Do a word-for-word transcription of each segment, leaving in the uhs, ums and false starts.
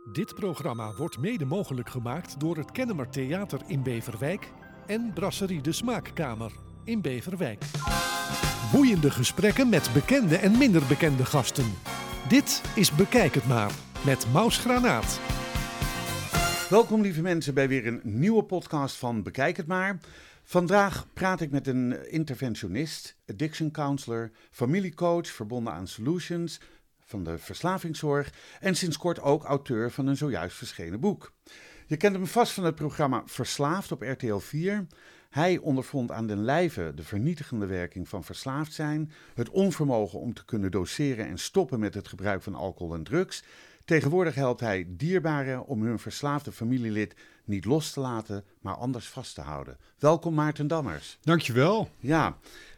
Dit programma wordt mede mogelijk gemaakt door het Kennemer Theater in Beverwijk en Brasserie de Smaakkamer in Beverwijk. Boeiende gesprekken met bekende en minder bekende gasten. Dit is Bekijk het maar met Maus Granaat. Welkom lieve mensen bij weer een nieuwe podcast van Bekijk het maar. Vandaag praat ik met een interventionist, addiction counselor, familiecoach verbonden aan Solutions van de verslavingszorg en sinds kort ook auteur van een zojuist verschenen boek. Je kent hem vast van het programma Verslaafd op R T L vier. Hij ondervond aan den lijve de vernietigende werking van verslaafd zijn, het onvermogen om te kunnen doseren en stoppen met het gebruik van alcohol en drugs. Tegenwoordig helpt hij dierbaren om hun verslaafde familielid niet los te laten, maar anders vast te houden. Welkom Maarten Dammers. Dankjewel. Ja,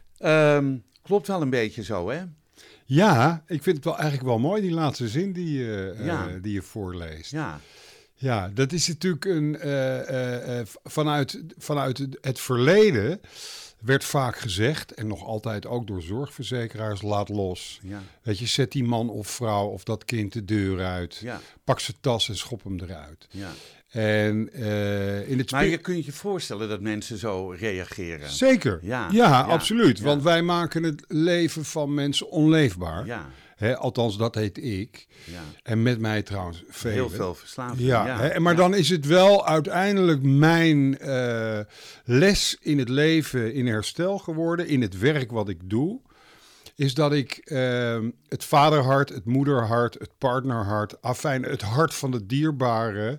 um, klopt wel een beetje zo, hè? Ja, ik vind het wel eigenlijk wel mooi, die laatste zin die je, ja. uh, die je voorleest. Ja. Ja, dat is natuurlijk een, uh, uh, uh, vanuit, vanuit het verleden werd vaak gezegd, en nog altijd ook door zorgverzekeraars, laat los. Ja. Weet je, zet die man of vrouw of dat kind de deur uit. Ja. Pak zijn tas en schop hem eruit. Ja. En, uh, in het maar je kunt je voorstellen dat mensen zo reageren. Zeker, ja, ja, ja absoluut. Ja. Want wij maken het leven van mensen onleefbaar. Ja. Hè, althans, dat heet ik. Ja. En met mij trouwens velen. Heel veel verslaving. Ja, ja. Hè, maar ja. dan is het wel uiteindelijk mijn uh, les in het leven in herstel geworden, in het werk wat ik doe, is dat ik uh, het vaderhart, het moederhart, het partnerhart, afijn, het hart van de dierbare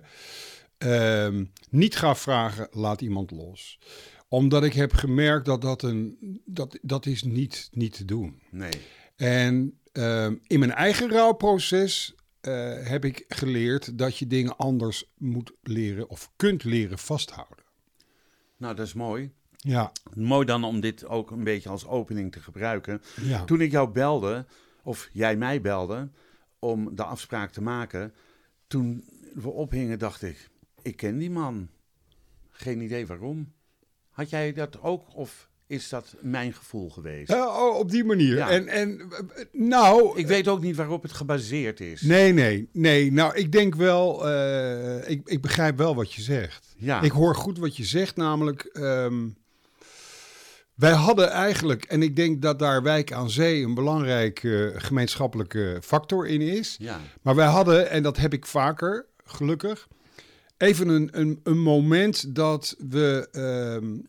uh, niet ga vragen, laat iemand los. Omdat ik heb gemerkt dat dat, een, dat, dat is niet, niet te doen. Nee. En uh, in mijn eigen rouwproces uh, heb ik geleerd dat je dingen anders moet leren of kunt leren vasthouden. Nou, dat is mooi. Ja. Mooi dan om dit ook een beetje als opening te gebruiken. Ja. Toen ik jou belde, of jij mij belde, om de afspraak te maken, toen we ophingen dacht ik, ik ken die man. Geen idee waarom. Had jij dat ook of is dat mijn gevoel geweest? Uh, oh, op die manier. Ja. En, en nou... Ik weet ook niet waarop het gebaseerd is. Nee, nee, nee. Nou, ik denk wel, uh, ik, ik begrijp wel wat je zegt. Ja. Ik hoor goed wat je zegt, namelijk, um, wij hadden eigenlijk, en ik denk dat daar Wijk aan Zee een belangrijke uh, gemeenschappelijke factor in is. Ja. Maar wij hadden, en dat heb ik vaker, gelukkig, even een, een, een moment dat we, um,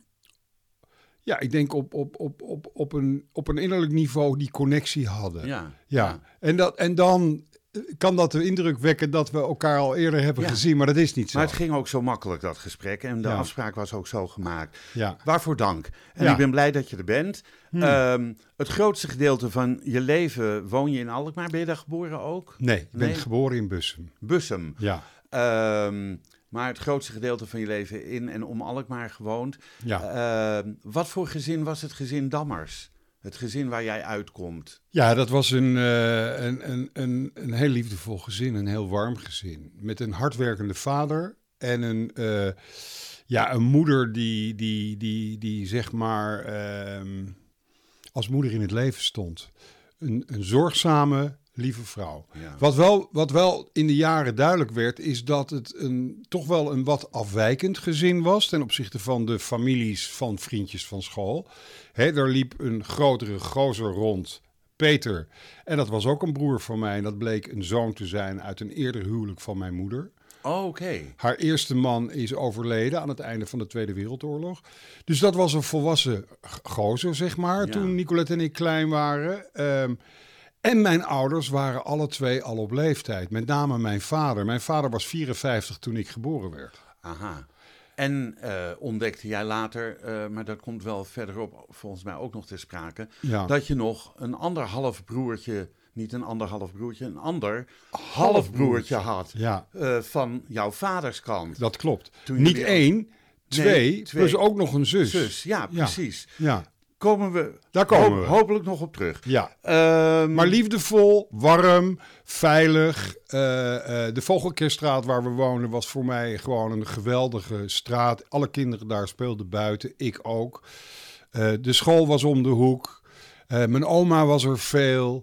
ja, ik denk op, op, op, op, op, een, op een innerlijk niveau die connectie hadden. Ja. Ja. Ja. En, dat, en dan kan dat de indruk wekken dat we elkaar al eerder hebben ja. gezien, maar dat is niet zo. Maar het ging ook zo makkelijk, dat gesprek. En de ja. afspraak was ook zo gemaakt. Ja. Waarvoor dank. En ja. ik ben blij dat je er bent. Hmm. Um, het grootste gedeelte van je leven woon je in Alkmaar. Ben je daar geboren ook? Nee, ik ben Nee? geboren in Bussum. Bussum. Ja. Um, maar het grootste gedeelte van je leven in en om Alkmaar gewoond. Ja. Uh, wat voor gezin was het gezin Dammers? Het gezin waar jij uitkomt. Ja, dat was een, uh, een, een, een, een heel liefdevol gezin, een heel warm gezin. Met een hardwerkende vader en een, uh, ja, een moeder die, die, die, die zeg maar uh, als moeder in het leven stond. Een, een zorgzame, lieve vrouw. Ja. Wat wel, wat wel in de jaren duidelijk werd, is dat het een, toch wel een wat afwijkend gezin was ten opzichte van de families van vriendjes van school. Hè, er liep een grotere gozer rond, Peter. En dat was ook een broer van mij. En dat bleek een zoon te zijn uit een eerder huwelijk van mijn moeder. Oh, oké. Okay. Haar eerste man is overleden aan het einde van de Tweede Wereldoorlog. Dus dat was een volwassen gozer, zeg maar, ja. Toen Nicolette en ik klein waren. Um, En mijn ouders waren alle twee al op leeftijd. Met name mijn vader. Mijn vader was vierenvijftig toen ik geboren werd. Aha. En uh, ontdekte jij later, uh, maar dat komt wel verderop volgens mij ook nog ter sprake, ja. dat je nog een ander halfbroertje, niet een ander halfbroertje, een ander halfbroertje had ja. uh, van jouw vaders kant. Dat klopt. Toen niet één, twee, nee, twee, plus ook nog een zus. Zus, ja, precies. Ja. ja. Komen we Daar komen ho- we. hopelijk nog op terug. Ja. Um, maar liefdevol, warm, veilig. Uh, uh, de Vogelkerstraat waar we wonen was voor mij gewoon een geweldige straat. Alle kinderen daar speelden buiten, ik ook. Uh, de school was om de hoek. Uh, mijn oma was er veel.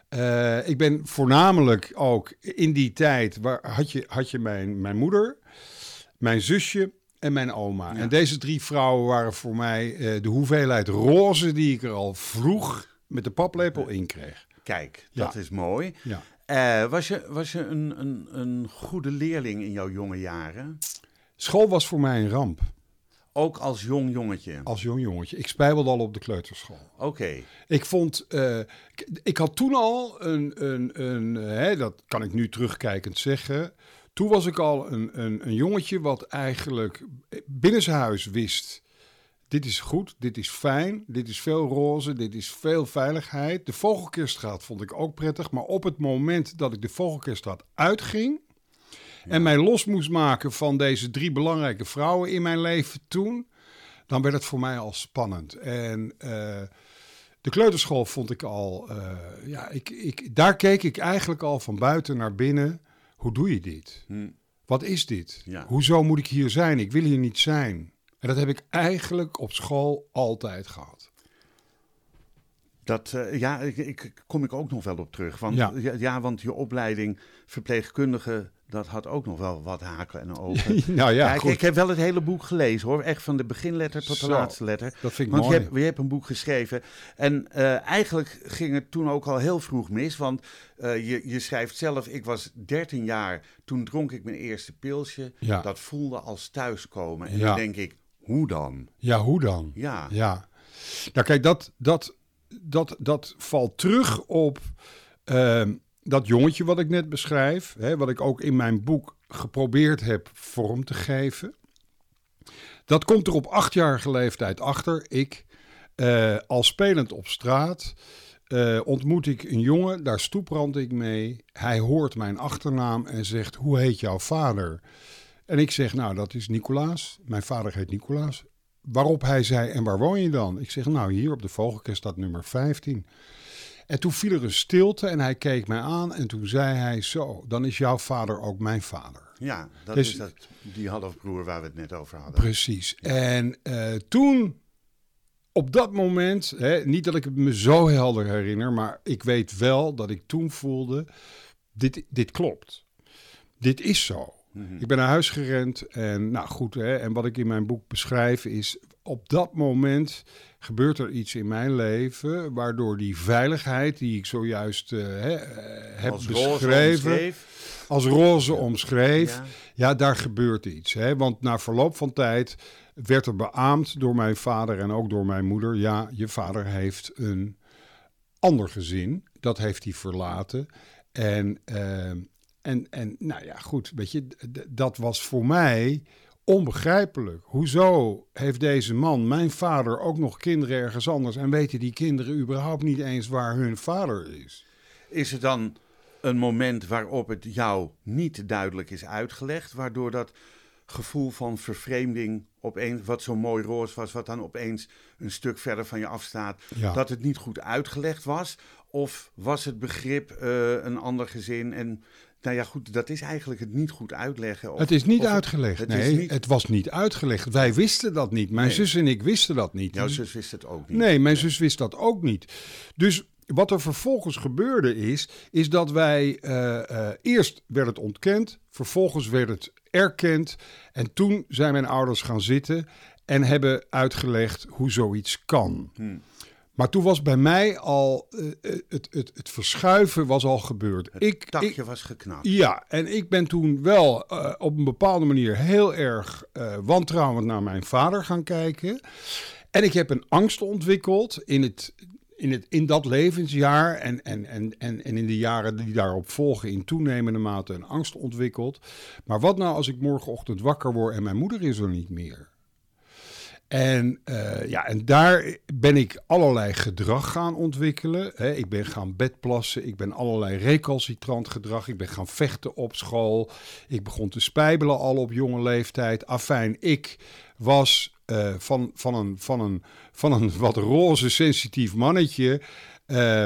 Uh, ik ben voornamelijk ook in die tijd, waar had je, had je mijn, mijn moeder, mijn zusje en mijn oma. Ja. En deze drie vrouwen waren voor mij uh, de hoeveelheid roze die ik er al vroeg met de paplepel in kreeg. Kijk, dat ja. is mooi. Ja. Uh, was je, was je een, een, een goede leerling in jouw jonge jaren? School was voor mij een ramp. Ook als jong jongetje? Als jong jongetje. Ik spijbelde al op de kleuterschool. Oké. Okay. Ik vond... Uh, ik, ik had toen al een... een, een hè, dat kan ik nu terugkijkend zeggen. Toen was ik al een, een, een jongetje wat eigenlijk binnenshuis wist... Dit is goed, dit is fijn, dit is veel roze, dit is veel veiligheid. De Vogelkeerstraat vond ik ook prettig. Maar op het moment dat ik de Vogelkeerstraat uitging... Ja. En mij los moest maken van deze drie belangrijke vrouwen in mijn leven toen... dan werd het voor mij al spannend. En uh, de kleuterschool vond ik al... Uh, ja, ik, ik, daar keek ik eigenlijk al van buiten naar binnen. Hoe doe je dit? Hm. Wat is dit? Ja. Hoezo moet ik hier zijn? Ik wil hier niet zijn. En dat heb ik eigenlijk op school altijd gehad. Dat, uh, ja, ik, ik kom ik ook nog wel op terug. Want, ja. Ja, ja, want je opleiding verpleegkundige... dat had ook nog wel wat haken en ogen. nou ja, Kijk, goed. Ik heb wel het hele boek gelezen, hoor. Echt van de beginletter tot de Zo, laatste letter. Dat vind ik want mooi. Je hebt, je hebt een boek geschreven. En uh, eigenlijk ging het toen ook al heel vroeg mis. Want uh, je, je schrijft zelf, ik was dertien jaar. Toen dronk ik mijn eerste pilsje. Ja. Dat voelde als thuiskomen. En ja. dan denk ik, hoe dan? Ja, hoe dan? Ja. ja. Nou kijk, dat, dat, dat, dat valt terug op... Uh, dat jongetje wat ik net beschrijf, hè, wat ik ook in mijn boek geprobeerd heb vorm te geven. Dat komt er op achtjarige leeftijd achter. Ik, uh, al spelend op straat, uh, ontmoet ik een jongen, daar stoeprand ik mee. Hij hoort mijn achternaam en zegt, hoe heet jouw vader? En ik zeg, nou, dat is Nicolaas. Mijn vader heet Nicolaas. Waarop hij zei, en waar woon je dan? Ik zeg, nou, hier op de Vogelkeerstraat nummer vijftien. En toen viel er een stilte en hij keek mij aan en toen zei hij zo, dan is jouw vader ook mijn vader. Ja, dat dus, is dat, die halfbroer waar we het net over hadden. Precies. Ja. En uh, toen, op dat moment, hè, niet dat ik het me zo helder herinner, maar ik weet wel dat ik toen voelde, dit, dit klopt. Dit is zo. Mm-hmm. Ik ben naar huis gerend en nou goed, hè, en wat ik in mijn boek beschrijf is, op dat moment gebeurt er iets in mijn leven waardoor die veiligheid die ik zojuist uh, he, uh, heb als beschreven, roze als roze ja. omschreef, ja. ja, daar gebeurt iets. Hè? Want na verloop van tijd werd er beaamd door mijn vader en ook door mijn moeder, ja, je vader heeft een ander gezin, dat heeft hij verlaten. En, uh, en, en nou ja, goed, weet je, d- dat was voor mij onbegrijpelijk. Hoezo heeft deze man, mijn vader, ook nog kinderen ergens anders en weten die kinderen überhaupt niet eens waar hun vader is? Is er dan een moment waarop het jou niet duidelijk is uitgelegd, waardoor dat gevoel van vervreemding opeens, wat zo mooi roos was, wat dan opeens een stuk verder van je afstaat, ja. dat het niet goed uitgelegd was? Of was het begrip uh, een ander gezin en... Nou ja, goed, dat is eigenlijk het niet goed uitleggen. Of, het is niet of, uitgelegd. Het nee, niet... het was niet uitgelegd. Wij wisten dat niet. Mijn nee. zus en ik wisten dat niet. Jouw zus wist het ook niet. Nee, mijn nee. zus wist dat ook niet. Dus wat er vervolgens gebeurde is, is dat wij... Uh, uh, eerst werd het ontkend, vervolgens werd het erkend. En toen zijn mijn ouders gaan zitten en hebben uitgelegd hoe zoiets kan. Hmm. Maar toen was bij mij al, uh, het, het, het verschuiven was al gebeurd. Het ik, takje ik, was geknapt. Ja, en ik ben toen wel uh, op een bepaalde manier heel erg uh, wantrouwend naar mijn vader gaan kijken. En ik heb een angst ontwikkeld in, het, in, het, in dat levensjaar en, en, en, en, en in de jaren die daarop volgen in toenemende mate een angst ontwikkeld. Maar wat nou als ik morgenochtend wakker word en mijn moeder is er niet meer? En, uh, ja, en daar ben ik allerlei gedrag gaan ontwikkelen. Hè. Ik ben gaan bedplassen, ik ben allerlei recalcitrant gedrag, ik ben gaan vechten op school. Ik begon te spijbelen al op jonge leeftijd. Afijn, ik was uh, van, van, een, van, een, van een wat roze sensitief mannetje uh,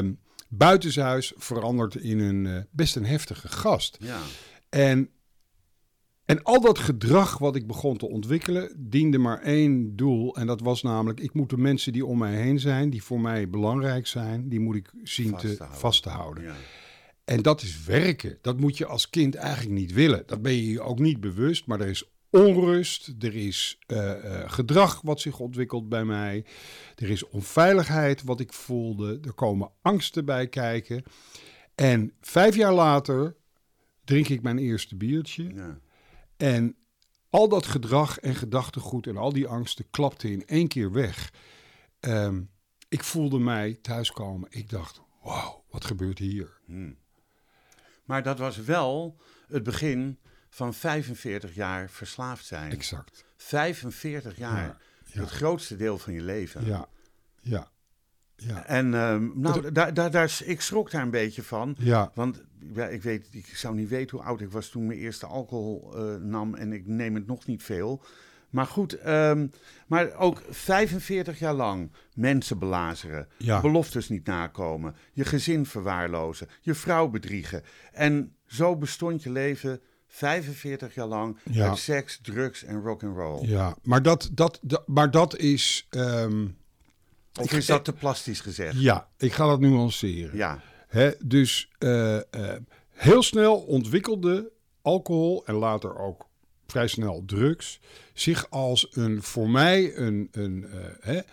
buitenshuis veranderd in een uh, best een heftige gast. Ja. En... En al dat gedrag wat ik begon te ontwikkelen, diende maar één doel. En dat was namelijk, ik moet de mensen die om mij heen zijn, die voor mij belangrijk zijn, die moet ik zien Vast te te, houden. vast te houden. Ja. En dat is werken. Dat moet je als kind eigenlijk niet willen. Dat ben je je ook niet bewust, maar er is onrust, er is uh, uh, gedrag wat zich ontwikkelt bij mij, er is onveiligheid wat ik voelde, er komen angsten bij kijken. En vijf jaar later drink ik mijn eerste biertje. Ja. En al dat gedrag en gedachtegoed en al die angsten klapten in één keer weg. Um, ik voelde mij thuiskomen. Ik dacht, wauw, wat gebeurt hier? Hmm. Maar dat was wel het begin van vijfenveertig jaar verslaafd zijn. Exact. vijfenveertig jaar. Ja, ja. Het grootste deel van je leven. Ja, ja, ja. En um, nou, Het... daar, daar, daar, ik schrok daar een beetje van. Ja. Want ja, ik, weet, ik zou niet weten hoe oud ik was toen mijn eerste alcohol uh, nam. En ik neem het nog niet veel. Maar goed, um, maar ook vijfenveertig jaar lang mensen belazeren. Ja. Beloftes niet nakomen. Je gezin verwaarlozen. Je vrouw bedriegen. En zo bestond je leven vijfenveertig jaar lang Ja. uit seks, drugs en rock'n'roll. Ja, maar dat, dat, dat, maar dat is... Um, Of is dat te plastisch gezegd? Ja, ik ga dat nuanceren. Ja. Hè, dus uh, uh, heel snel ontwikkelde alcohol en later ook vrij snel drugs zich als een, voor mij, een, een uh, hè,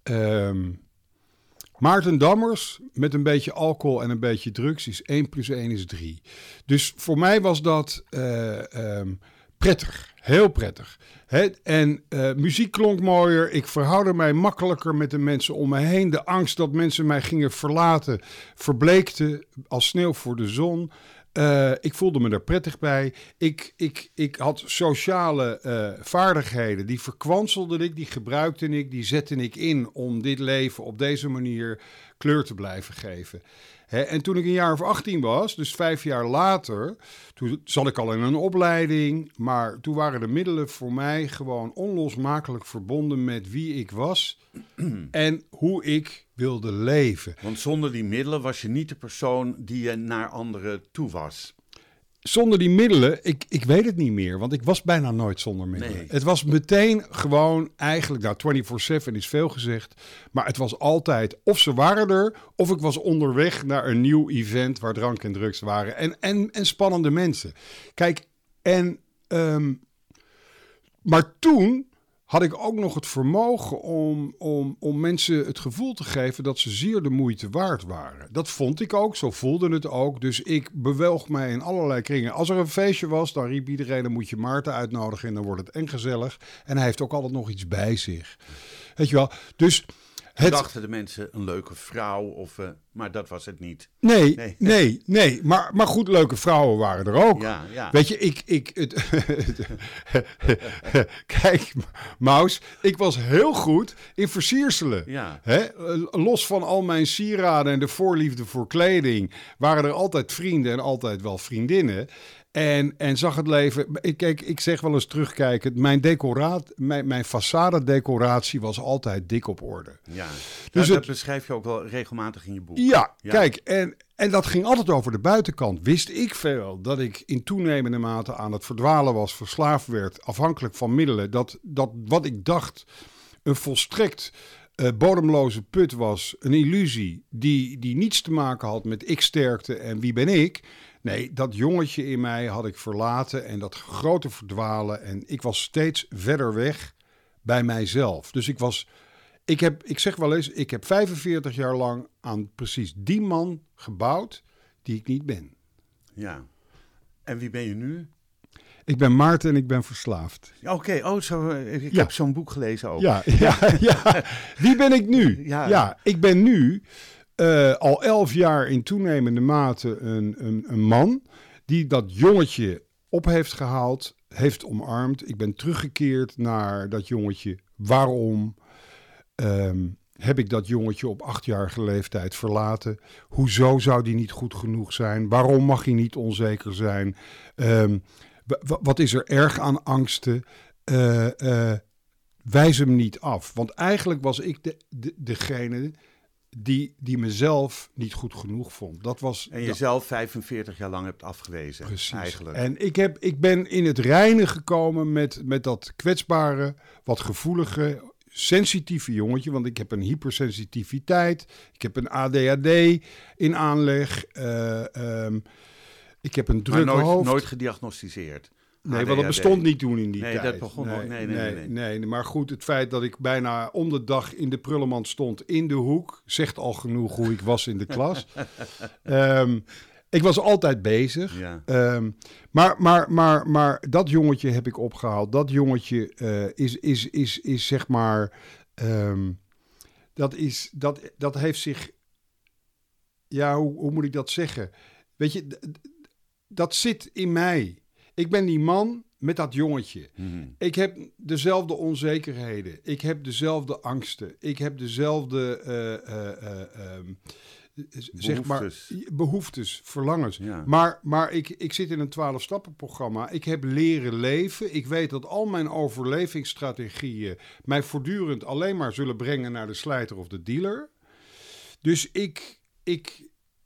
um, Maarten Dammers met een beetje alcohol en een beetje drugs is één plus één is drie. Dus voor mij was dat uh, um, prettig, heel prettig. Hè? En uh, muziek klonk mooier, ik verhoudde mij makkelijker met de mensen om me heen. De angst dat mensen mij gingen verlaten verbleekte als sneeuw voor de zon. Uh, ik voelde me daar prettig bij. Ik, ik, ik had sociale uh, vaardigheden, die verkwanselde ik, die gebruikte ik, die zette ik in om dit leven op deze manier kleur te blijven geven. Hè, en toen ik een jaar of achttien was, dus vijf jaar later, toen zat ik al in een opleiding, maar toen waren de middelen voor mij gewoon onlosmakelijk verbonden met wie ik was en hoe ik wilde leven. Want zonder die middelen was je niet de persoon die je naar anderen toe was. Zonder die middelen, ik, ik weet het niet meer, want ik was bijna nooit zonder middelen. Nee. Het was meteen gewoon eigenlijk, nou vierentwintig zeven is veel gezegd, maar het was altijd of ze waren er, of ik was onderweg naar een nieuw event waar drank en drugs waren en, en, en spannende mensen. Kijk, en, um, maar toen had ik ook nog het vermogen om, om, om mensen het gevoel te geven dat ze zeer de moeite waard waren. Dat vond ik ook, zo voelde het ook. Dus ik bewoog mij in allerlei kringen. Als er een feestje was, dan riep iedereen, dan moet je Maarten uitnodigen en dan wordt het en gezellig. En hij heeft ook altijd nog iets bij zich. Weet je wel, dus... Het... dachten de mensen een leuke vrouw, of, uh, maar dat was het niet. Nee, nee, nee. nee. Maar, maar goed, leuke vrouwen waren er ook. Ja, ja. Weet je, ik... ik het, Kijk, Maus, ik was heel goed in versierselen. Ja. Hè? Los van al mijn sieraden en de voorliefde voor kleding, waren er altijd vrienden en altijd wel vriendinnen. En, en zag het leven... Kijk, ik zeg wel eens terugkijkend, mijn, decoraat, mijn, mijn façade-decoratie was altijd dik op orde. Ja, dus dat het, beschrijf je ook wel regelmatig in je boek. Ja, ja. kijk, en, en dat ging altijd over de buitenkant. Wist ik veel dat ik in toenemende mate aan het verdwalen was, verslaafd werd, afhankelijk van middelen. Dat, dat wat ik dacht een volstrekt uh, bodemloze put was, een illusie die, die niets te maken had met ik-sterkte en wie ben ik... Nee, dat jongetje in mij had ik verlaten en dat grote verdwalen. En ik was steeds verder weg bij mijzelf. Dus ik was, ik heb, ik zeg wel eens, ik heb vijfenveertig jaar lang aan precies die man gebouwd die ik niet ben. Ja. En wie ben je nu? Ik ben Maarten en ik ben verslaafd. Oké, okay. oh, zo, ik ja. heb zo'n boek gelezen ook. Ja, ja, ja. Wie ben ik nu? Ja, ja ik ben nu... Uh, al elf jaar in toenemende mate een, een, een man die dat jongetje op heeft gehaald, heeft omarmd. Ik ben teruggekeerd naar dat jongetje. Waarom um, heb ik dat jongetje op achtjarige leeftijd verlaten? Hoezo zou die niet goed genoeg zijn? Waarom mag hij niet onzeker zijn? Um, w- wat is er erg aan angsten? Uh, uh, wijs hem niet af. Want eigenlijk was ik de, de, degene... die, die mezelf niet goed genoeg vond. Dat was, En jezelf vijfenveertig jaar lang hebt afgewezen. Precies. Eigenlijk. En ik, heb, ik ben in het reinen gekomen met, met dat kwetsbare, wat gevoelige, sensitieve jongetje. Want ik heb een hypersensitiviteit. Ik heb een A D H D in aanleg. Uh, um, ik heb een drukke maar nooit, hoofd. nooit gediagnosticeerd. Nee, want dat bestond niet toen in die nee, tijd. Dat begon nee, ook, nee, nee, nee, nee, nee, nee. Maar goed, het feit dat ik bijna om de dag in de prullenmand stond in de hoek, zegt al genoeg hoe ik was in de klas. um, ik was altijd bezig. Ja. Um, maar, maar, maar, maar dat jongetje heb ik opgehaald. Dat jongetje uh, is, is, is, is zeg maar... Um, dat, is, dat, dat heeft zich... Ja, hoe, hoe moet ik dat zeggen? Weet je, d- d- dat zit in mij. Ik ben die man met dat jongetje. Mm-hmm. Ik heb dezelfde onzekerheden. Ik heb dezelfde angsten. Ik heb dezelfde uh, uh, uh, um, zeg maar, behoeftes, verlangens. Ja. Maar, maar ik, ik zit in een twaalf-stappen-programma. Ik heb leren leven. Ik weet dat al mijn overlevingsstrategieën mij voortdurend alleen maar zullen brengen naar de slijter of de dealer. Dus ik... ik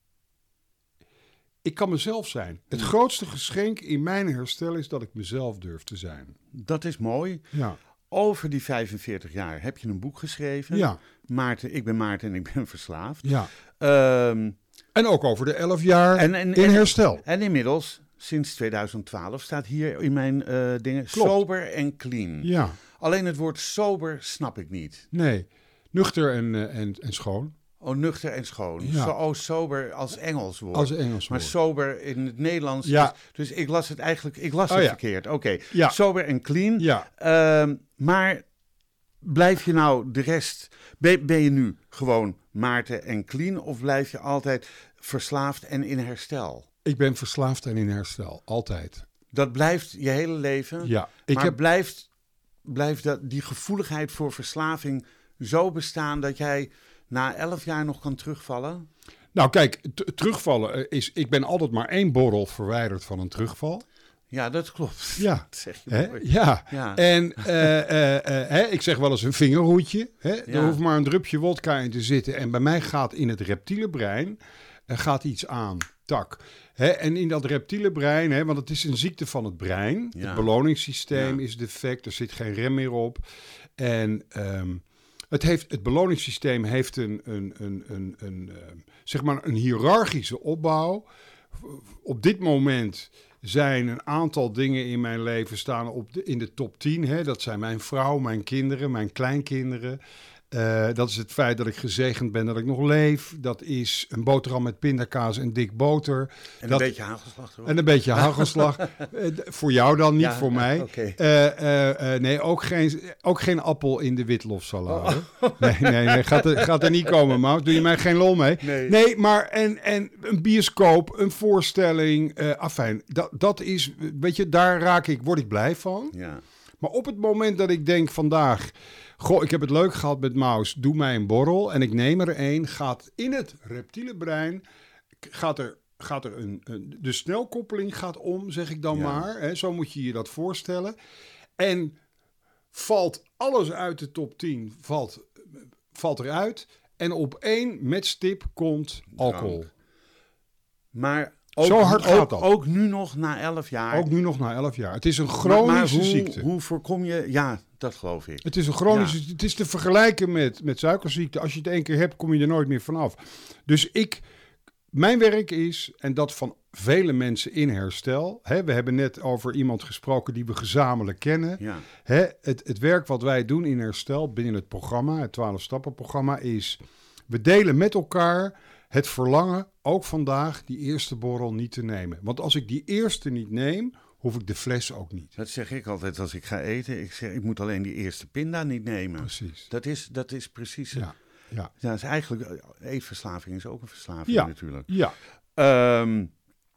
Ik kan mezelf zijn. Het grootste geschenk in mijn herstel is dat ik mezelf durf te zijn. Dat is mooi. Ja. Over die vijfenveertig jaar heb je een boek geschreven. Ja. Maarten, ik ben Maarten en ik ben verslaafd. Ja. Um, en ook over de elf jaar en, en, in en, herstel. En inmiddels, sinds tweeduizend twaalf, staat hier in mijn uh, dingen Klopt. sober en clean. Ja. Alleen het woord sober snap ik niet. Nee, nuchter en, uh, en, en schoon. Oh, nuchter en schoon. Ja. Zo, oh, sober als Engels woord. Als Engels woord. Maar sober in het Nederlands. Ja. Dus, dus ik las het eigenlijk, ik las Oh, het ja. verkeerd. Oké, okay. Ja. Sober en clean. Ja. Uh, maar blijf je nou de rest... Ben, ben je nu gewoon Maarten en clean? Of blijf je altijd verslaafd en in herstel? Ik ben verslaafd en in herstel. Altijd. Dat blijft je hele leven? Ja. Ik maar heb... blijft, blijft dat, die gevoeligheid voor verslaving zo bestaan dat jij na elf jaar nog kan terugvallen? Nou kijk, t- terugvallen is... Ik ben altijd maar één borrel verwijderd van een terugval. Ja, dat klopt. Ja. Dat zeg je Hè? mooi. Ja. Ja. En uh, uh, uh, hè, ik zeg wel eens een vingerhoedje. Hè? Ja. Er hoeft maar een drupje wodka in te zitten. En bij mij gaat in het reptiele brein uh, gaat iets aan. Tak. Hè? En in dat reptiele brein, hè, want het is een ziekte van het brein. Ja. Het beloningssysteem Ja. is defect. Er zit geen rem meer op. En... Um, Het, heeft, het beloningssysteem heeft een, een, een, een, een, uh, zeg maar een hiërarchische opbouw. Op dit moment zijn een aantal dingen in mijn leven staan op de, in de top tien. Hè. Dat zijn mijn vrouw, mijn kinderen, mijn kleinkinderen. Uh, dat is het feit dat ik gezegend ben dat ik nog leef. Dat is een boterham met pindakaas en dik boter. En dat, een beetje hagelslag erop. En een beetje hagelslag. uh, voor jou dan, niet ja, voor mij. Okay. Uh, uh, uh, nee, ook geen, ook geen appel in de witlofsalade. Oh. Nee, nee, nee gaat, er, gaat er niet komen, Maus. Doe je mij geen lol mee? Nee, nee maar en, en een bioscoop, een voorstelling. Uh, afijn, dat, dat is, weet je, daar raak ik, word ik blij van. Ja. Maar op het moment dat ik denk vandaag... Goh, ik heb het leuk gehad met Maus. Doe mij een borrel en ik neem er een. Gaat in het reptiele brein... Gaat er, gaat er een, een... De snelkoppeling gaat om, zeg ik dan ja. maar. Hè, zo moet je je dat voorstellen. En valt alles uit de top tien... Valt, valt eruit. En op één met stip komt alcohol. Drank. Maar... Ook, Zo hard gaat ook, dat. Ook nu nog na elf jaar. Ook nu nog na elf jaar. Het is een chronische maar, maar hoe, ziekte. Hoe voorkom je... Ja, dat geloof ik. Het is een chronische... Ja. Het is te vergelijken met, met suikerziekte. Als je het één keer hebt, kom je er nooit meer vanaf. Dus ik... Mijn werk is, en dat van vele mensen in herstel... Hè, we hebben net over iemand gesproken die we gezamenlijk kennen. Ja. Hè, het, het werk wat wij doen in herstel binnen het programma... het twaalf-stappen-programma is... We delen met elkaar... Het verlangen, ook vandaag, die eerste borrel niet te nemen. Want als ik die eerste niet neem, hoef ik de fles ook niet. Dat zeg ik altijd als ik ga eten. Ik zeg, ik moet alleen die eerste pinda niet nemen. Precies. Dat is, dat is precies... Ja, ja. Ja, is eigenlijk... Eetverslaving is ook een verslaving ja, natuurlijk. Ja. Um,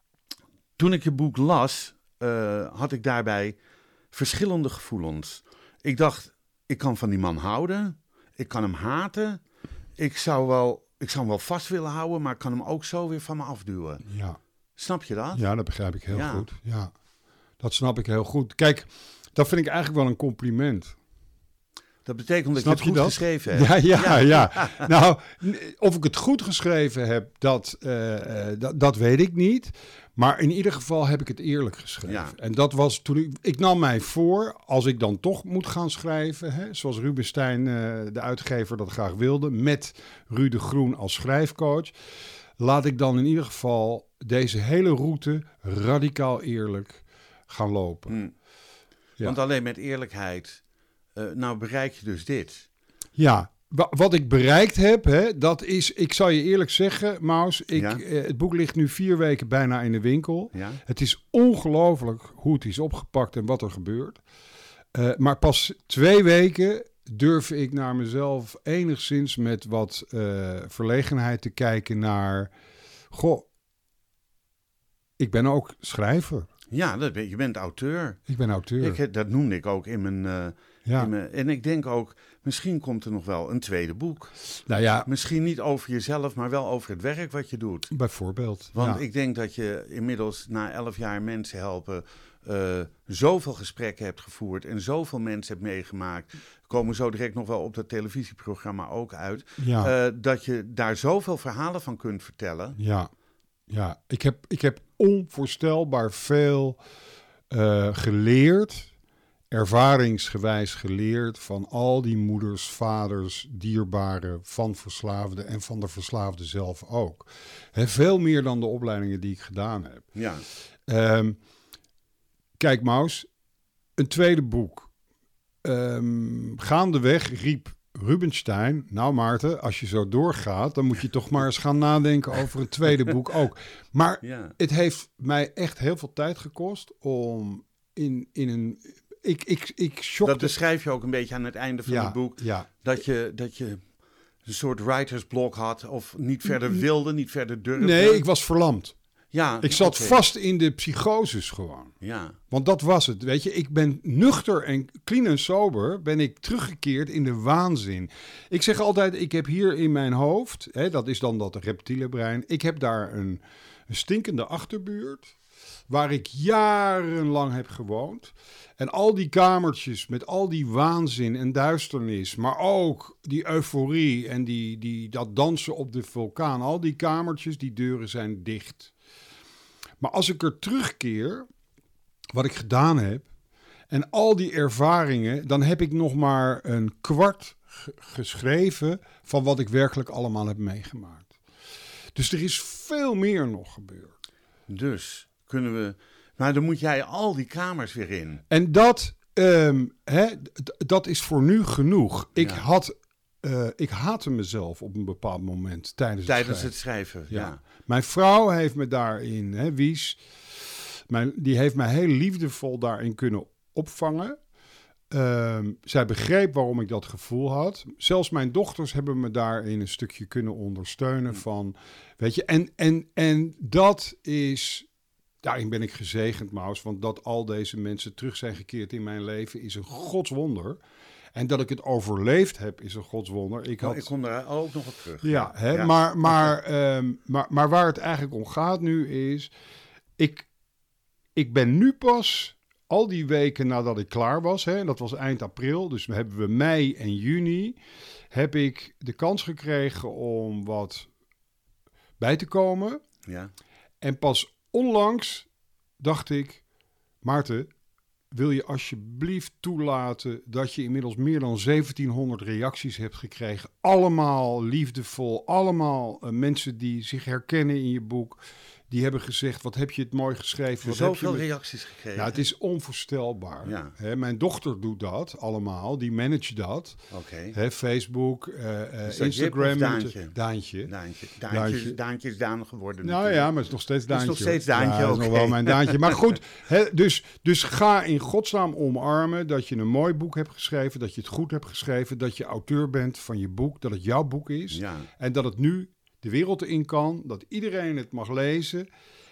toen ik je boek las, uh, had ik daarbij verschillende gevoelens. Ik dacht, ik kan van die man houden. Ik kan hem haten. Ik zou wel... Ik zou hem wel vast willen houden, maar ik kan hem ook zo weer van me afduwen. Ja. Snap je dat? Ja, dat begrijp ik heel ja. goed. Ja, dat snap ik heel goed. Kijk, dat vind ik eigenlijk wel een compliment. Dat betekent dat Snap je het je goed dat? geschreven hebt. Ja, ja, ja. Nou, of ik het goed geschreven heb, dat, uh, uh, dat, dat weet ik niet. Maar in ieder geval heb ik het eerlijk geschreven. Ja. En dat was toen ik... Ik nam mij voor, als ik dan toch moet gaan schrijven... Hè, zoals Rubinstein, uh, de uitgever, dat graag wilde... met Ruud de Groen als schrijfcoach... laat ik dan in ieder geval deze hele route radicaal eerlijk gaan lopen. Hmm. Ja. Want alleen met eerlijkheid... Uh, nou bereik je dus dit. Ja, wa- wat ik bereikt heb, hè, dat is... Ik zal je eerlijk zeggen, Maus... Ik, Ja? uh, het boek ligt nu vier weken bijna in de winkel. Ja? Het is ongelooflijk hoe het is opgepakt en wat er gebeurt. Uh, maar pas twee weken durf ik naar mezelf enigszins met wat uh, verlegenheid te kijken naar... Goh, ik ben ook schrijver. Ja, dat ben, je bent auteur. Ik ben auteur. Ik, dat noemde ik ook in mijn, uh, ja. in mijn... En ik denk ook, misschien komt er nog wel een tweede boek. Nou ja, Misschien niet over jezelf, maar wel over het werk wat je doet. bijvoorbeeld. Want ja. ik denk dat je inmiddels na elf jaar mensen helpen... Uh, zoveel gesprekken hebt gevoerd en zoveel mensen hebt meegemaakt... komen zo direct nog wel op dat televisieprogramma ook uit... Ja. Uh, dat je daar zoveel verhalen van kunt vertellen. Ja, ja. Ik, heb, ik heb onvoorstelbaar veel uh, geleerd... ervaringsgewijs geleerd van al die moeders, vaders, dierbaren van verslaafden en van de verslaafde zelf ook. He, veel meer dan de opleidingen die ik gedaan heb. Ja. Um, kijk, Maus, een tweede boek. Um, gaandeweg riep Rubinstein, nou Maarten, als je zo doorgaat, dan moet je toch maar eens gaan nadenken over een tweede boek ook. Maar ja. Het heeft mij echt heel veel tijd gekost om in, in een... Ik, ik, ik shockte... Dat beschrijf je ook een beetje aan het einde van ja, het boek. Ja. Dat je, dat je een soort writersblok had of niet verder wilde, niet verder durfde. Nee, ik was verlamd. Ja, ik zat okay. vast in de psychoses gewoon. Ja. Want dat was het, weet je. Ik ben nuchter en clean en sober ben ik teruggekeerd in de waanzin. Ik zeg altijd, ik heb hier in mijn hoofd, hè, dat is dan dat reptiele brein, ik heb daar een, een stinkende achterbuurt waar ik jarenlang heb gewoond. En al die kamertjes met al die waanzin en duisternis, maar ook die euforie en die, die, dat dansen op de vulkaan. Al die kamertjes, die deuren zijn dicht. Maar als ik er terugkeer, wat ik gedaan heb, en al die ervaringen, dan heb ik nog maar een kwart g- geschreven van wat ik werkelijk allemaal heb meegemaakt. Dus er is veel meer nog gebeurd. Dus kunnen we... Maar dan moet jij al die kamers weer in. En dat, um, hè, d- dat is voor nu genoeg. Ik, Ja. had, uh, ik haatte mezelf op een bepaald moment tijdens, Tijdens het schrijven. het schrijven, ja. Ja. Mijn vrouw heeft me daarin, hè, Wies, mijn, die heeft mij heel liefdevol daarin kunnen opvangen. Um, zij begreep waarom ik dat gevoel had. Zelfs mijn dochters hebben me daarin een stukje kunnen ondersteunen van, weet je, en, en, en dat is... Daarin ben ik gezegend, Maus, want dat al deze mensen terug zijn gekeerd in mijn leven is een godswonder. En dat ik het overleefd heb is een godswonder. Ik, had... oh, ik kom daar ook nog op terug. Ja, hè? Ja. Maar, maar, um, maar, maar waar het eigenlijk om gaat nu is... Ik, ik ben nu pas, al die weken nadat ik klaar was... Hè, dat was eind april, dus hebben we mei en juni... heb ik de kans gekregen om wat bij te komen. Ja. En pas onlangs dacht ik, Maarten, wil je alsjeblieft toelaten dat je inmiddels meer dan zeventienhonderd reacties hebt gekregen. Allemaal liefdevol, allemaal uh, mensen die zich herkennen in je boek. Die hebben gezegd, wat heb je het mooi geschreven. Wat Zoveel heb je met... reacties gekregen. Nou, het is onvoorstelbaar. Ja. Hè, mijn dochter doet dat allemaal, die managt dat. Oké. Hè, Facebook, uh, uh, Is dat Instagram. Jip of Daantje? Daantje. Daantje. Daantje. Daantje. Daantje is Daan geworden. Nou natuurlijk. ja, maar het is nog steeds Het is Daantje. nog steeds hoor. Daantje, ja, dat is nog oké. wel mijn Daantje. Maar goed, hè, dus, dus ga in godsnaam omarmen dat je een mooi boek hebt geschreven, dat je het goed hebt geschreven, dat je auteur bent van je boek, dat het jouw boek is. Ja. En dat het nu de wereld in kan, dat iedereen het mag lezen,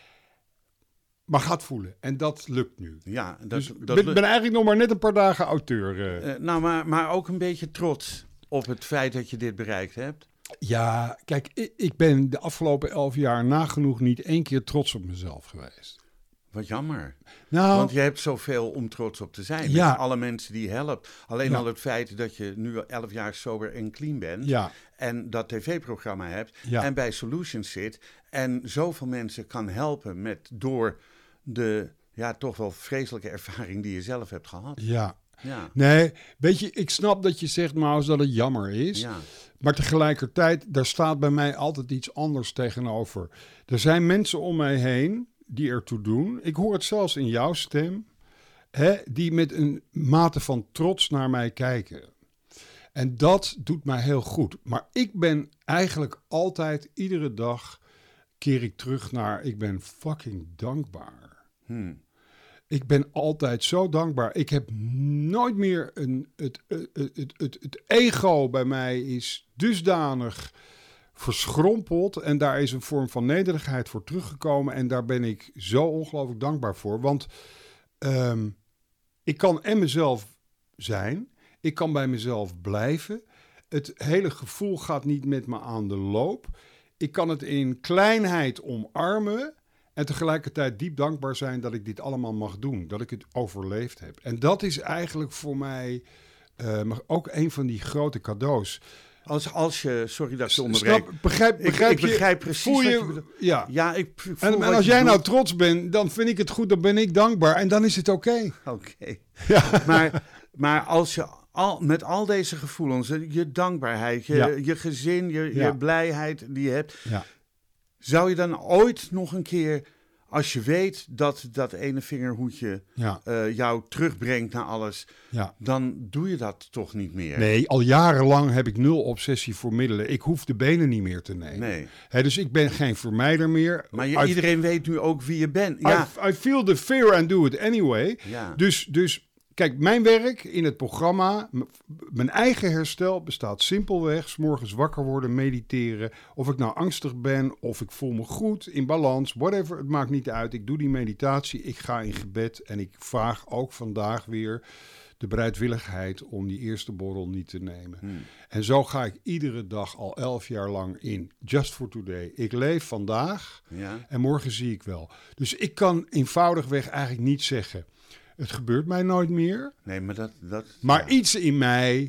maar gaat voelen. En dat lukt nu. Ja, dat, Dus dat ik ben, ben eigenlijk nog maar net een paar dagen auteur. Uh. Uh, nou, maar, maar ook een beetje trots op het feit dat je dit bereikt hebt. Ja, kijk, ik, ik ben de afgelopen elf jaar nagenoeg niet één keer trots op mezelf geweest. Wat jammer. Nou, Want je hebt zoveel om trots op te zijn. Ja. Met alle mensen die je helpt. Alleen Ja. al het feit dat je nu elf jaar sober en clean bent. ja, En dat tv-programma hebt. Ja. En bij Solutions zit. En zoveel mensen kan helpen met door de ja, toch wel vreselijke ervaring die je zelf hebt gehad. ja. Ja. Nee, weet je, ik snap dat je zegt, Maus, dat het jammer is. Ja. Maar tegelijkertijd, daar staat bij mij altijd iets anders tegenover. Er zijn mensen om mij heen die ertoe doen. Ik hoor het zelfs in jouw stem. Hè, die met een mate van trots naar mij kijken. En dat doet mij heel goed. Maar ik ben eigenlijk altijd, iedere dag, keer ik terug naar, ik ben fucking dankbaar. Hmm. Ik ben altijd zo dankbaar. Ik heb nooit meer een... Het, het, het, het, het ego bij mij is dusdanig verschrompeld. En daar is een vorm van nederigheid voor teruggekomen. En daar ben ik zo ongelooflijk dankbaar voor. Want um, ik kan en mezelf zijn. Ik kan bij mezelf blijven. Het hele gevoel gaat niet met me aan de loop. Ik kan het in kleinheid omarmen. En tegelijkertijd diep dankbaar zijn dat ik dit allemaal mag doen. Dat ik het overleefd heb. En dat is eigenlijk voor mij uh, maar ook een van die grote cadeaus. Als, als je, sorry dat ik je onderbreek. Snap, begrijp, begrijp ik, ik begrijp precies voel wat je, je bedoelt. Ja, ja ik voel en, en wat als je jij nou bedoelt. trots bent, dan vind ik het goed, dan ben ik dankbaar. En dan is het oké. Okay. Oké. Okay. Ja. Maar, maar als je al, met al deze gevoelens, je dankbaarheid, je, Ja. je gezin, je, Ja. je blijheid die je hebt. Ja. Zou je dan ooit nog een keer, als je weet dat dat ene vingerhoedje Ja. uh, jou terugbrengt naar alles, Ja. dan doe je dat toch niet meer? Nee, al jarenlang heb ik nul obsessie voor middelen. Ik hoef de benen niet meer te nemen. Nee. He, dus ik ben geen vermijder meer. Maar je, I, iedereen weet nu ook wie je bent. Ja. I, I feel the fear and do it anyway. Ja. Dus, dus kijk, mijn werk in het programma, m- mijn eigen herstel bestaat simpelweg 's morgens wakker worden, mediteren. Of ik nou angstig ben, of ik voel me goed, in balans, whatever, het maakt niet uit. Ik doe die meditatie, ik ga in gebed en ik vraag ook vandaag weer de bereidwilligheid om die eerste borrel niet te nemen. Hmm. En zo ga ik iedere dag al elf jaar lang in. Just for today. Ik leef vandaag Ja. en morgen zie ik wel. Dus ik kan eenvoudigweg eigenlijk niet zeggen, het gebeurt mij nooit meer. Nee, maar dat... dat Maar ja. iets in mij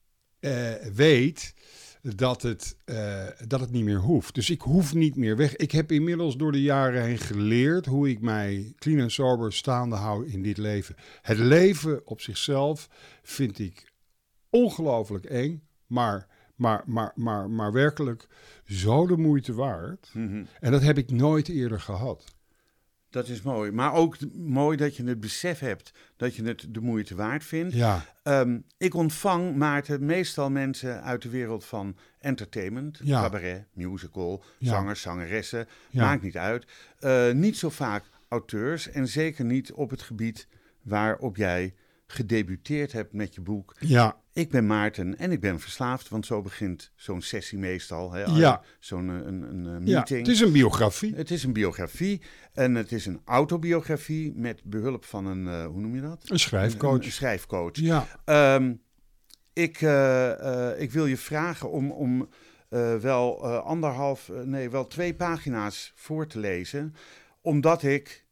uh, weet dat het, uh, dat het niet meer hoeft. Dus ik hoef niet meer weg. Ik heb inmiddels door de jaren heen geleerd hoe ik mij clean en sober staande hou in dit leven. Het leven op zichzelf vind ik ongelooflijk eng, maar, maar, maar, maar, maar werkelijk zo de moeite waard. Mm-hmm. En dat heb ik nooit eerder gehad. Dat is mooi. Maar ook d- mooi dat je het besef hebt dat je het de moeite waard vindt. Ja, Um, ik ontvang, Maarten, meestal mensen uit de wereld van entertainment, Ja. cabaret, musical, Ja. zangers, zangeressen, Ja. maakt niet uit. Uh, niet zo vaak auteurs en zeker niet op het gebied waarop jij gedebuteerd hebt met je boek. ja, Ik ben Maarten en ik ben verslaafd, want zo begint zo'n sessie meestal. Hè? Ja. Zo'n uh, een, een, een ja. meeting. Het is een biografie. Het is een biografie en het is een autobiografie met behulp van een, uh, hoe noem je dat? Een schrijfcoach. Een, een schrijfcoach. Ja, Um, ik, uh, uh, ik wil je vragen om, om uh, wel uh, anderhalf, uh, nee, wel twee pagina's voor te lezen. Omdat ik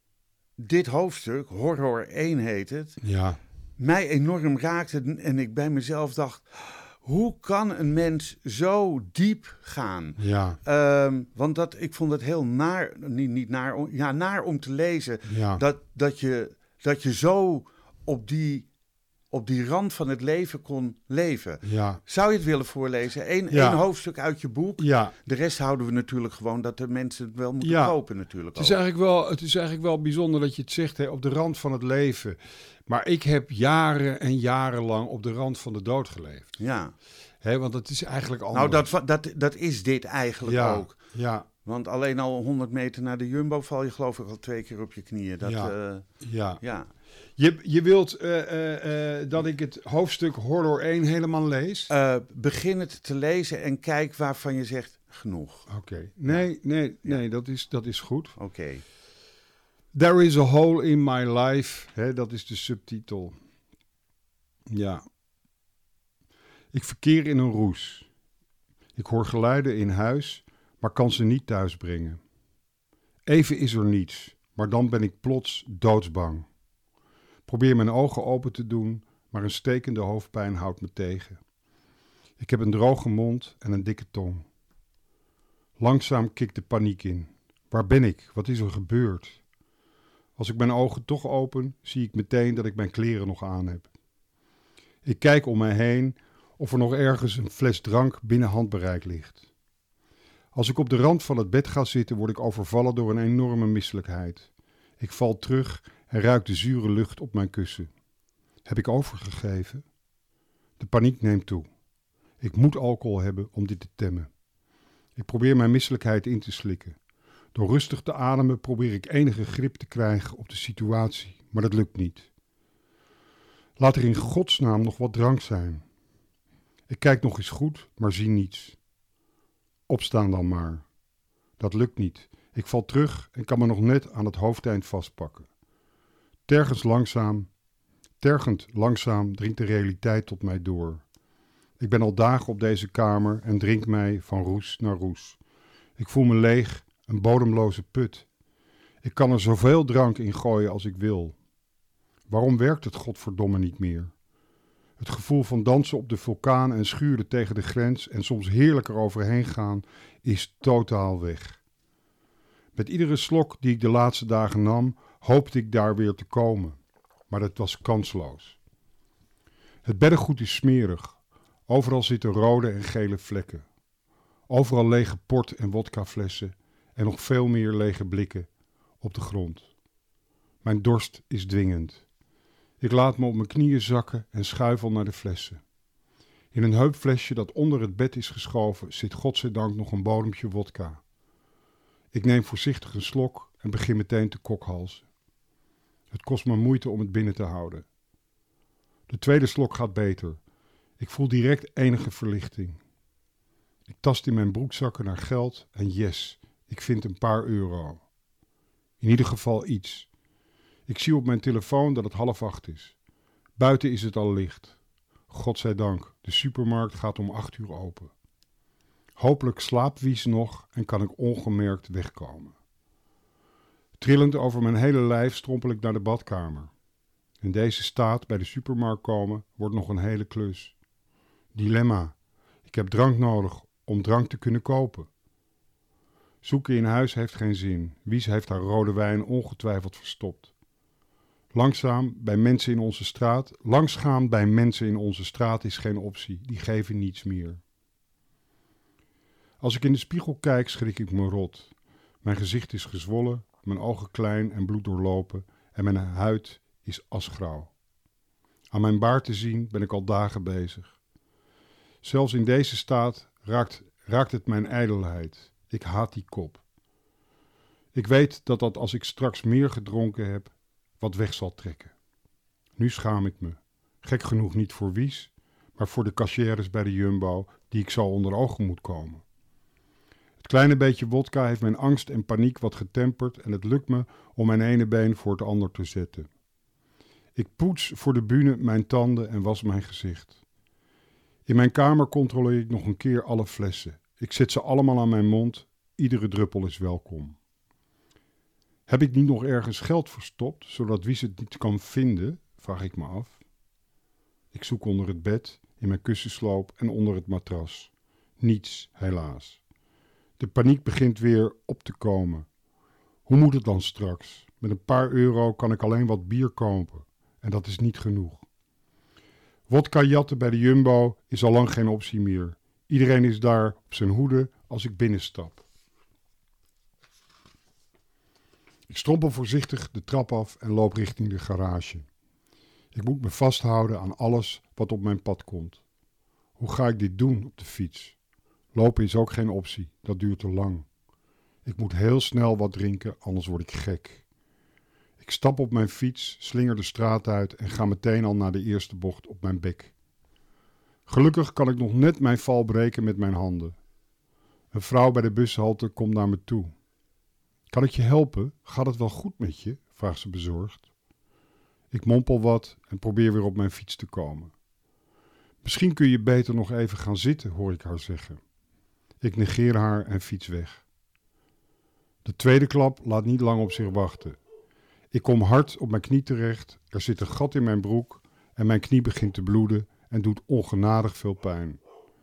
dit hoofdstuk, Horror één heet het, ja, mij enorm raakte. En ik bij mezelf dacht, hoe kan een mens zo diep gaan? ja, Um, want dat, ik vond het heel naar, niet, niet naar, ja, naar om te lezen. ja. Dat, dat, je, dat je zo op die, op die rand van het leven kon leven. Ja, Zou je het willen voorlezen? Eén Ja. één hoofdstuk uit je boek. ja. De rest houden we natuurlijk gewoon dat de mensen het wel moeten Ja. kopen natuurlijk Het is, ook. eigenlijk wel, het is eigenlijk wel bijzonder dat je het zegt, hè, op de rand van het leven. Maar ik heb jaren en jarenlang op de rand van de dood geleefd. Ja. Hè, want het is eigenlijk Nou, anders. dat, dat, dat is dit eigenlijk ja, ook. Ja, Want alleen al honderd meter naar de Jumbo val je geloof ik al twee keer op je knieën. Dat, Ja. ja. ja. ja. Je, je wilt uh, uh, uh, dat ik het hoofdstuk Horror één helemaal lees? Uh, begin het te lezen en kijk waarvan je zegt genoeg. Oké. Okay. Nee, nee, nee, dat is, dat is goed. Oké. Okay. There is a hole in my life. Hè, dat is de subtitel. Ja. Ik verkeer in een roes. Ik hoor geluiden in huis, maar kan ze niet thuis brengen. Even is er niets. maar dan ben ik plots doodsbang. Probeer mijn ogen open te doen, maar een stekende hoofdpijn houdt me tegen. Ik heb een droge mond en een dikke tong. Langzaam kikt de paniek in. Waar ben ik? Wat is er gebeurd? Als ik mijn ogen toch open, zie ik meteen dat ik mijn kleren nog aan heb. Ik kijk om mij heen of er nog ergens een fles drank binnen handbereik ligt. Als ik op de rand van het bed ga zitten, word ik overvallen door een enorme misselijkheid. Ik val terug en ruik de zure lucht op mijn kussen. Heb ik overgegeven? De paniek neemt toe. Ik moet alcohol hebben om dit te temmen. Ik probeer mijn misselijkheid in te slikken. Door rustig te ademen probeer ik enige grip te krijgen op de situatie, maar dat lukt niet. Laat er in godsnaam nog wat drank zijn. Ik kijk nog eens goed, maar zie niets. Opstaan dan maar. Dat lukt niet. Ik val terug en kan me nog net aan het hoofdeind vastpakken. Tergend langzaam, tergend langzaam dringt de realiteit tot mij door. Ik ben al dagen op deze kamer en drink mij van roes naar roes. Ik voel me leeg, een bodemloze put. Ik kan er zoveel drank in gooien als ik wil. Waarom werkt het godverdomme niet meer? Het gevoel van dansen op de vulkaan en schuren tegen de grens en soms heerlijk eroverheen gaan is totaal weg. Met iedere slok die ik de laatste dagen nam, hoopte ik daar weer te komen. Maar dat was kansloos. Het beddengoed is smerig. Overal zitten rode en gele vlekken. Overal lege port- en wodkaflessen en nog veel meer lege blikken op de grond. Mijn dorst is dwingend. Ik laat me op mijn knieën zakken en schuifel naar de flessen. In een heupflesje dat onder het bed is geschoven zit godzijdank nog een bodempje wodka. Ik neem voorzichtig een slok en begin meteen te kokhalzen. Het kost me moeite om het binnen te houden. De tweede slok gaat beter. Ik voel direct enige verlichting. Ik tast in mijn broekzakken naar geld en yes, ik vind een paar euro. In ieder geval iets. Ik zie op mijn telefoon dat het half acht is. Buiten is het al licht. Godzijdank, de supermarkt gaat om acht uur open. Hopelijk slaapt Wies nog en kan ik ongemerkt wegkomen. Trillend over mijn hele lijf strompel ik naar de badkamer. In deze staat bij de supermarkt komen wordt nog een hele klus. Dilemma. Ik heb drank nodig om drank te kunnen kopen. Zoeken in huis heeft geen zin. Wies heeft haar rode wijn ongetwijfeld verstopt. Langzaam bij mensen in onze straat, langsgaan bij mensen in onze straat is geen optie. Die geven niets meer. Als ik in de spiegel kijk, schrik ik me rot. Mijn gezicht is gezwollen, mijn ogen klein en bloeddoorlopen en mijn huid is asgrauw. Aan mijn baard te zien ben ik al dagen bezig. Zelfs in deze staat raakt, raakt het mijn ijdelheid. Ik haat die kop. Ik weet dat dat als ik straks meer gedronken heb, wat weg zal trekken. Nu schaam ik me. Gek genoeg niet voor Wies, maar voor de cashiers bij de Jumbo die ik zo onder ogen moet komen. Het kleine beetje wodka heeft mijn angst en paniek wat getemperd en het lukt me om mijn ene been voor het ander te zetten. Ik poets voor de bühne mijn tanden en was mijn gezicht. In mijn kamer controleer ik nog een keer alle flessen. Ik zet ze allemaal aan mijn mond. Iedere druppel is welkom. Heb ik niet nog ergens geld verstopt, zodat Wies het niet kan vinden, vraag ik me af. Ik zoek onder het bed, in mijn kussensloop en onder het matras. Niets, helaas. De paniek begint weer op te komen. Hoe moet het dan straks? Met een paar euro kan ik alleen wat bier kopen. En dat is niet genoeg. Wodka jatten bij de Jumbo is al lang geen optie meer. Iedereen is daar op zijn hoede als ik binnenstap. Ik strompel voorzichtig de trap af en loop richting de garage. Ik moet me vasthouden aan alles wat op mijn pad komt. Hoe ga ik dit doen op de fiets? Lopen is ook geen optie, dat duurt te lang. Ik moet heel snel wat drinken, anders word ik gek. Ik stap op mijn fiets, slinger de straat uit en ga meteen al naar de eerste bocht op mijn bek. Gelukkig kan ik nog net mijn val breken met mijn handen. Een vrouw bij de bushalte komt naar me toe. Kan ik je helpen? Gaat het wel goed met je? Vraagt ze bezorgd. Ik mompel wat en probeer weer op mijn fiets te komen. Misschien kun je beter nog even gaan zitten, hoor ik haar zeggen. Ik negeer haar en fiets weg. De tweede klap laat niet lang op zich wachten. Ik kom hard op mijn knie terecht, er zit een gat in mijn broek en mijn knie begint te bloeden en doet ongenadig veel pijn.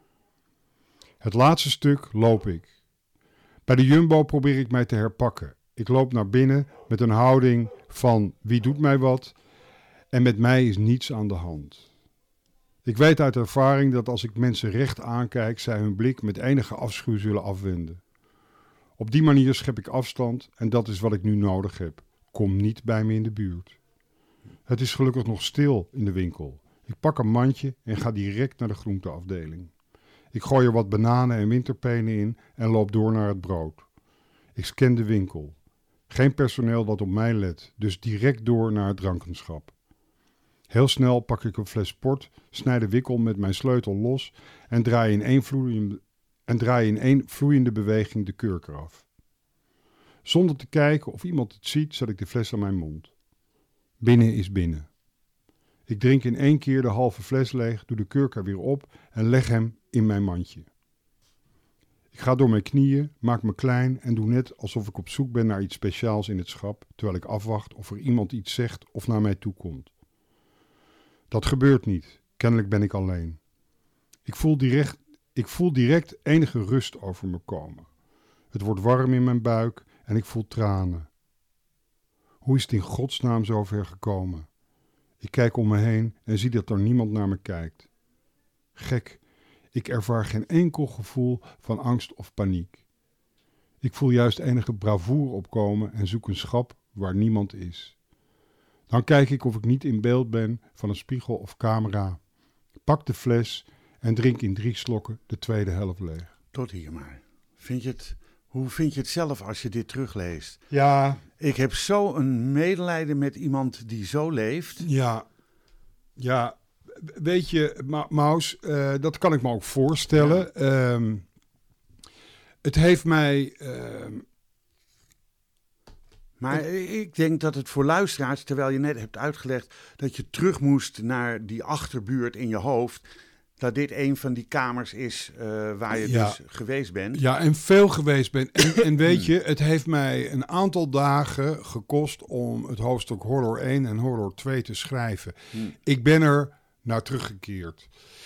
Het laatste stuk loop ik. Bij de Jumbo probeer ik mij te herpakken. Ik loop naar binnen met een houding van wie doet mij wat en met mij is niets aan de hand. Ik weet uit ervaring dat als ik mensen recht aankijk, zij hun blik met enige afschuw zullen afwenden. Op die manier schep ik afstand en dat is wat ik nu nodig heb. Kom niet bij me in de buurt. Het is gelukkig nog stil in de winkel. Ik pak een mandje en ga direct naar de groenteafdeling. Ik gooi er wat bananen en winterpenen in en loop door naar het brood. Ik scan de winkel. Geen personeel dat op mij let, dus direct door naar het drankenschap. Heel snel pak ik een fles port, snij de wikkel met mijn sleutel los en draai in één vloeiende, en draai in één vloeiende beweging de kurk eraf. Zonder te kijken of iemand het ziet, zet ik de fles aan mijn mond. Binnen is binnen. Ik drink in één keer de halve fles leeg, doe de kurk er weer op en leg hem in mijn mandje. Ik ga door mijn knieën, maak me klein en doe net alsof ik op zoek ben naar iets speciaals in het schap, terwijl ik afwacht of er iemand iets zegt of naar mij toe komt. Dat gebeurt niet. Kennelijk ben ik alleen. Ik voel direct, ik voel direct enige rust over me komen. Het wordt warm in mijn buik en ik voel tranen. Hoe is het in godsnaam zover gekomen? Ik kijk om me heen en zie dat er niemand naar me kijkt. Gek, ik ervaar geen enkel gevoel van angst of paniek. Ik voel juist enige bravoure opkomen en zoek een schap waar niemand is. Dan kijk ik of ik niet in beeld ben van een spiegel of camera. Pak de fles en drink in drie slokken de tweede helft leeg. Tot hier maar. Vind je het, hoe vind je het zelf als je dit terugleest? Ja. Ik heb zo een medelijden met iemand die zo leeft. Ja, ja. Weet je, Ma- Maus, uh, dat kan ik me ook voorstellen. Ja. Um, het heeft mij... Uh, Maar ik denk dat het voor luisteraars, terwijl je net hebt uitgelegd dat je terug moest naar die achterbuurt in je hoofd, dat dit een van die kamers is uh, waar je ja. dus geweest bent. Ja, en veel geweest ben. En, en weet je, het heeft mij een aantal dagen gekost om het hoofdstuk Horror één en Horror twee te schrijven. Hmm. Ik ben er naar teruggekeerd.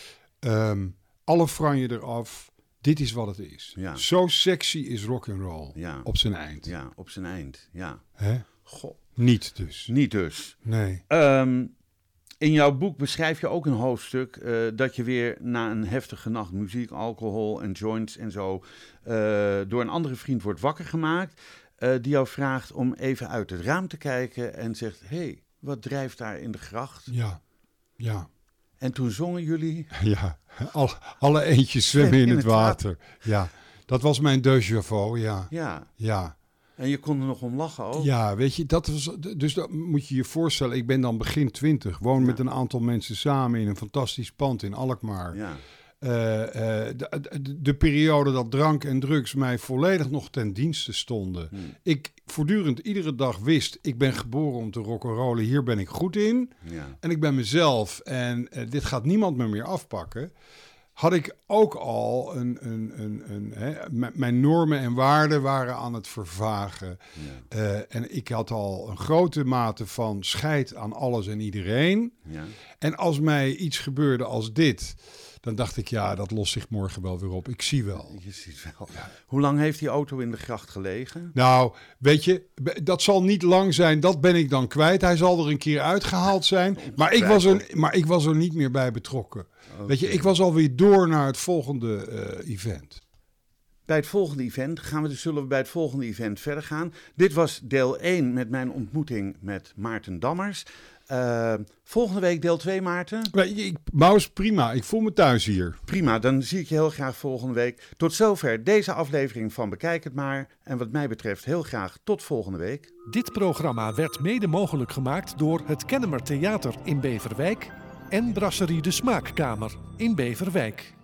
Um, alle franje eraf. Dit is wat het is. Ja. Zo sexy is rock'n'roll. Ja. Op zijn eind. Ja, op zijn eind. Ja. Hè? Goh. Niet dus. Niet dus. Nee. Um, in jouw boek beschrijf je ook een hoofdstuk uh, dat je weer na een heftige nacht muziek, alcohol en joints en zo uh, door een andere vriend wordt wakker gemaakt. Uh, die jou vraagt om even uit het raam te kijken en zegt, hé, hey, wat drijft daar in de gracht? Ja, ja. En toen zongen jullie... Ja, al, alle eentjes zwemmen in, in het, het water. water. Ja, dat was mijn déjà vu, ja. Ja. Ja. En je kon er nog om lachen ook. Ja, weet je, dat was, dus dat moet je je voorstellen. Ik ben dan begin twintig, woon ja. met een aantal mensen samen in een fantastisch pand in Alkmaar. Ja. Uh, uh, de, de, de periode dat drank en drugs mij volledig nog ten dienste stonden. Hmm. Ik voortdurend iedere dag wist, ik ben geboren om te rock'n'rollen, hier ben ik goed in. Ja. En ik ben mezelf en uh, dit gaat niemand me meer afpakken. Had ik ook al een, een, een, een hè, m- mijn normen en waarden waren aan het vervagen. Ja. Uh, en ik had al een grote mate van scheid aan alles en iedereen. Ja. En als mij iets gebeurde als dit, dan dacht ik, ja, dat lost zich morgen wel weer op. Ik zie wel. Je ziet wel. Ja. Hoe lang heeft die auto in de gracht gelegen? Nou, weet je, dat zal niet lang zijn. Dat ben ik dan kwijt. Hij zal er een keer uitgehaald zijn. Maar ik was er, maar ik was er niet meer bij betrokken. Okay. Weet je, ik was alweer door naar het volgende uh, event. Bij het volgende event gaan we dus, zullen we bij het volgende event verder gaan. Dit was deel één met mijn ontmoeting met Maarten Dammers. Uh, volgende week deel twee, Maarten. Maus, prima. Ik voel me thuis hier. Prima, dan zie ik je heel graag volgende week. Tot zover deze aflevering van Bekijk het maar. En wat mij betreft heel graag tot volgende week. Dit programma werd mede mogelijk gemaakt door het Kennemer Theater in Beverwijk en Brasserie de Smaakkamer in Beverwijk.